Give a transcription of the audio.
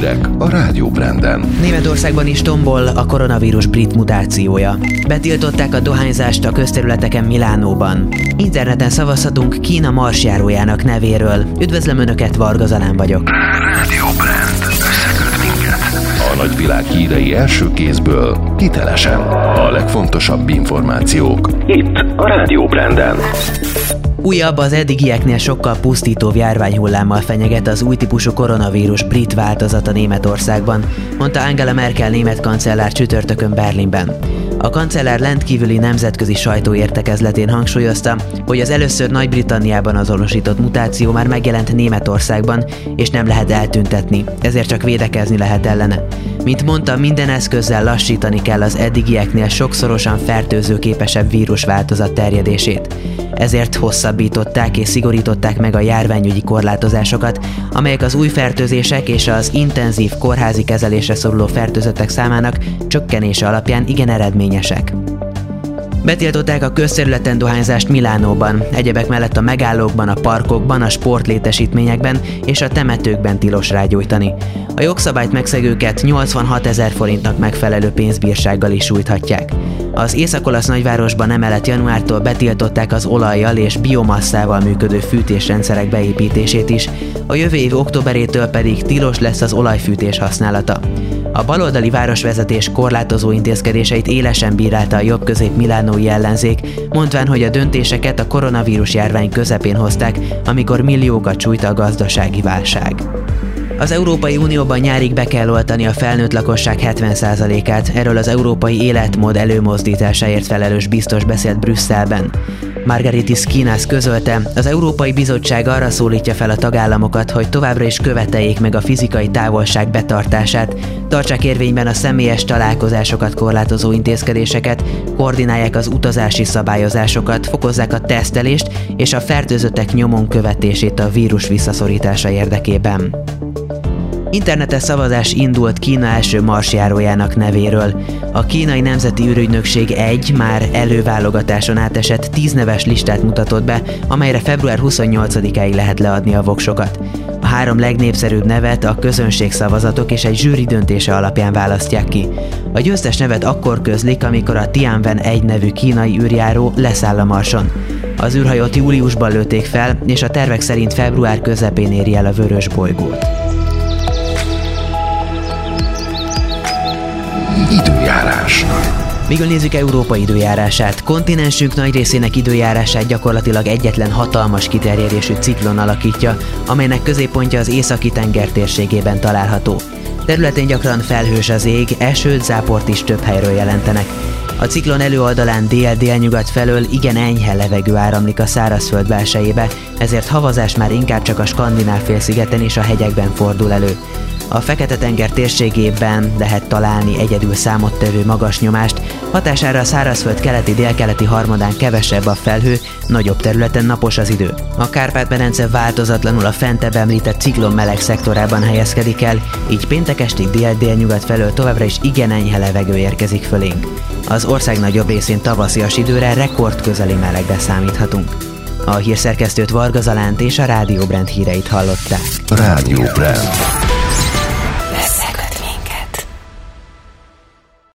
hírek a Rádió Branden. Németországban is tombol a koronavírus brit mutációja. Betiltották a dohányzást a közterületeken Milánóban. Interneten szavazhatunk Kína marsjárójának nevéről. Üdvözlöm Önöket, Varga Zalán vagyok. Rádió Brand. Összeköt minket. A nagyvilág hírei első kézből, hitelesen. A legfontosabb információk itt a Rádió Branden. Újabb, az eddigieknél sokkal pusztítóbb járványhullámmal fenyeget az új típusú koronavírus brit változata Németországban, mondta Angela Merkel német kancellár csütörtökön Berlinben. A kancellár rendkívüli nemzetközi sajtóértekezletén hangsúlyozta, hogy az először Nagy-Britanniában azonosított mutáció már megjelent Németországban, és nem lehet eltüntetni, ezért csak védekezni lehet ellene. Mint mondta, minden eszközzel lassítani kell az eddigieknél sokszorosan fertőzőképesebb vírusváltozat terjedését. Ezért hosszabbították és szigorították meg a járványügyi korlátozásokat, amelyek az új fertőzések és az intenzív kórházi kezelésre szoruló fertőzöttek számának csökkenése alapján igen eredményesek. Betiltották a közterületen dohányzást Milánóban, egyebek mellett a megállókban, a parkokban, a sportlétesítményekben és a temetőkben tilos rágyújtani. A jogszabályt megszegőket 86 000 forintnak megfelelő pénzbírsággal is sújthatják. Az észak-olasz nagyvárosban emellett januártól betiltották az olajjal és biomasszával működő fűtésrendszerek beépítését is, a jövő év októberétől pedig tilos lesz az olajfűtés használata. A baloldali városvezetés korlátozó intézkedéseit élesen bírálta a jobbközép milánói ellenzék, mondván, hogy a döntéseket a koronavírus járvány közepén hozták, amikor milliókat sújt a gazdasági válság. Az Európai Unióban nyárig be kell oltani a felnőtt lakosság 70%-át, erről az európai életmód előmozdításáért felelős biztos beszélt Brüsszelben. Margaritis Schinas közölte, az Európai Bizottság arra szólítja fel a tagállamokat, hogy továbbra is követeljék meg a fizikai távolság betartását, tartsák érvényben a személyes találkozásokat korlátozó intézkedéseket, koordinálják az utazási szabályozásokat, fokozzák a tesztelést és a fertőzöttek nyomon követését a vírus visszaszorítása érdekében. Internetes szavazás indult Kína első marsjárójának nevéről. A kínai nemzeti űrügynökség már előválogatáson átesett 10 neves listát mutatott be, amelyre február 28-áig lehet leadni a voksokat. A 3 legnépszerűbb nevet a közönség szavazatok és egy zsűri döntése alapján választják ki. A győztes nevet akkor közlik, amikor a Tianwen 1 nevű kínai űrjáró leszáll a Marson. Az űrhajót júliusban lőtték fel, és a tervek szerint február közepén éri el a vörös bolygót. Időjárás. Végül nézzük Európa időjárását. Kontinensünk nagy részének időjárását gyakorlatilag egyetlen hatalmas kiterjedésű ciklon alakítja, amelynek középpontja az északi tenger térségében található. Területén gyakran felhős az ég, esőt, záport is több helyről jelentenek. A ciklon előoldalán dél-délnyugat felől igen enyhe levegő áramlik a szárazföld belsejébe, ezért havazás már inkább csak a Skandináv-félszigeten és a hegyekben fordul elő. A Fekete-tenger térségében lehet találni egyedül számottevő magas nyomást, hatására a szárazföld keleti-délkeleti harmadán kevesebb a felhő, nagyobb területen napos az idő. A Kárpát-medence változatlanul a fentebb említett ciklon meleg szektorában helyezkedik el, így péntek estig dél-délnyugat felől továbbra is igen enyhe levegő érkezik fölénk. Az ország nagyobb részén tavaszias időre rekordközeli melegre számíthatunk. A hírszerkesztőt, Varga Zalánt és a Rádió Brand híreit hallották. Rádió Brand.